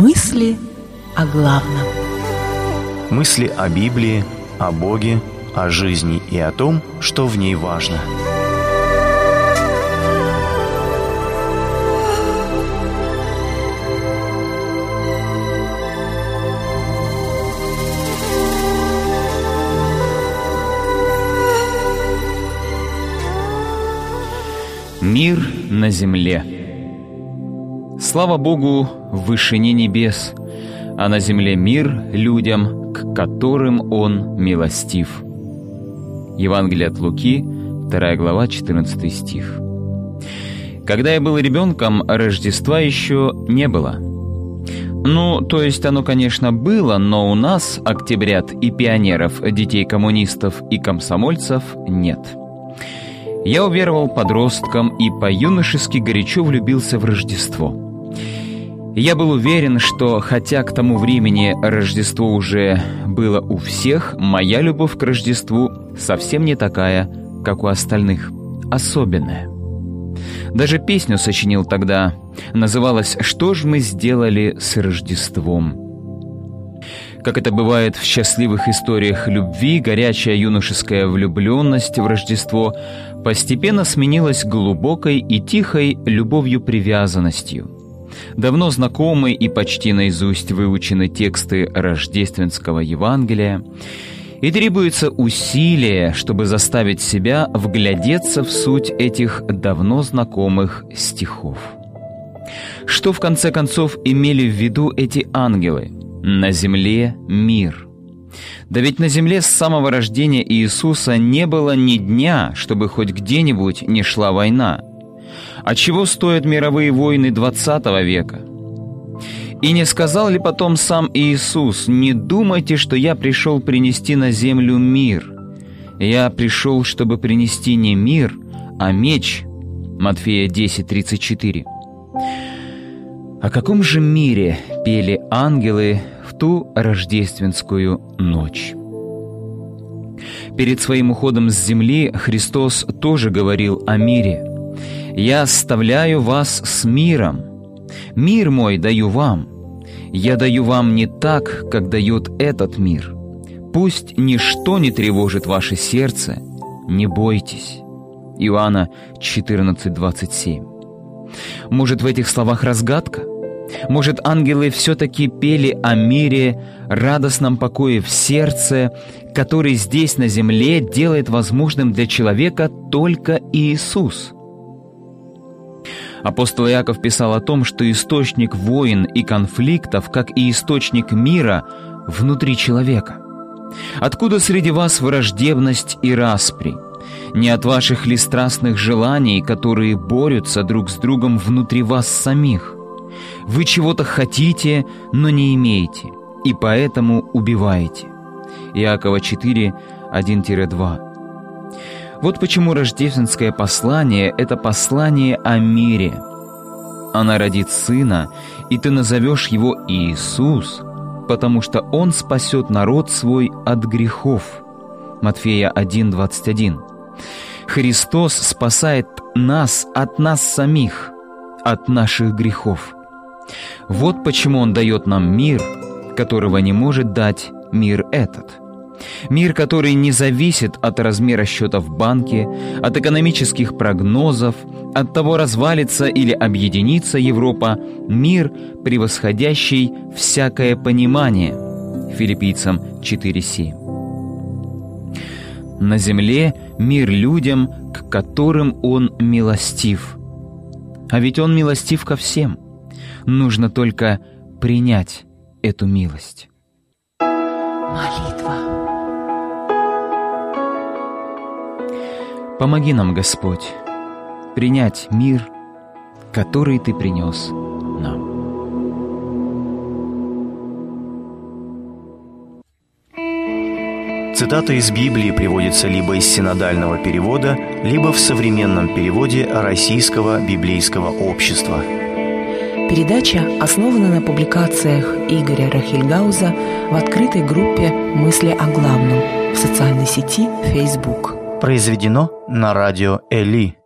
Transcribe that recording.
Мысли о главном. Мысли о Библии, о Боге, о жизни и о том, что в ней важно. Мир на земле. Слава Богу в вышине небес, а на земле мир людям, к которым Он милостив. Евангелие от Луки, 2 глава, 14 стих. Когда я был ребенком, Рождества еще не было. То есть оно, конечно, было, но у нас, октябрят и пионеров, детей коммунистов и комсомольцев, нет. Я уверовал подростком и по-юношески горячо влюбился в Рождество. Я был уверен, что, хотя к тому времени Рождество уже было у всех, моя любовь к Рождеству совсем не такая, как у остальных, особенная. Даже песню сочинил тогда, называлась «Что ж мы сделали с Рождеством?». Как это бывает в счастливых историях любви, горячая юношеская влюбленность в Рождество постепенно сменилась глубокой и тихой любовью-привязанностью. Давно знакомы и почти наизусть выучены тексты рождественского Евангелия, и требуется усилие, чтобы заставить себя вглядеться в суть этих давно знакомых стихов. Что в конце концов имели в виду эти ангелы? На земле мир. Да ведь на земле с самого рождения Иисуса не было ни дня, чтобы хоть где-нибудь не шла война. А чего стоят мировые войны XX века? И не сказал ли потом сам Иисус: «Не думайте, что я пришел принести на землю мир. Я пришел, чтобы принести не мир, а меч». Матфея 10:34. О каком же мире пели ангелы в ту рождественскую ночь? Перед своим уходом с земли Христос тоже говорил о мире. «Я оставляю вас с миром. Мир мой даю вам. Я даю вам не так, как дает этот мир. Пусть ничто не тревожит ваше сердце. Не бойтесь». Иоанна 14:27. Может, в этих словах разгадка? Может, ангелы все-таки пели о мире, радостном покое в сердце, который здесь на земле делает возможным для человека только Иисус? Апостол Иаков писал о том, что источник войн и конфликтов, как и источник мира, внутри человека. «Откуда среди вас враждебность и распри? Не от ваших ли страстных желаний, которые борются друг с другом внутри вас самих? Вы чего-то хотите, но не имеете, и поэтому убиваете». Иакова 4:1-2. Вот почему рождественское послание — это послание о мире. Она родит сына, и ты назовешь его Иисус, потому что он спасет народ свой от грехов. Матфея 1:21. Христос спасает нас от нас самих, от наших грехов. Вот почему Он дает нам мир, которого не может дать мир этот. Мир, который не зависит от размера счета в банке, от экономических прогнозов, от того, развалится или объединится Европа. Мир, превосходящий всякое понимание. Филиппийцам 4:7. На земле мир людям, к которым Он милостив. А ведь Он милостив ко всем. Нужно только принять эту милость. Молитва. Помоги нам, Господь, принять мир, который Ты принес нам. Цитата из Библии приводится либо из синодального перевода, либо в современном переводе Российского библейского общества. Передача основана на публикациях Игоря Рахильгауза в открытой группе «Мысли о главном» в социальной сети Facebook. Произведено на радио Эли.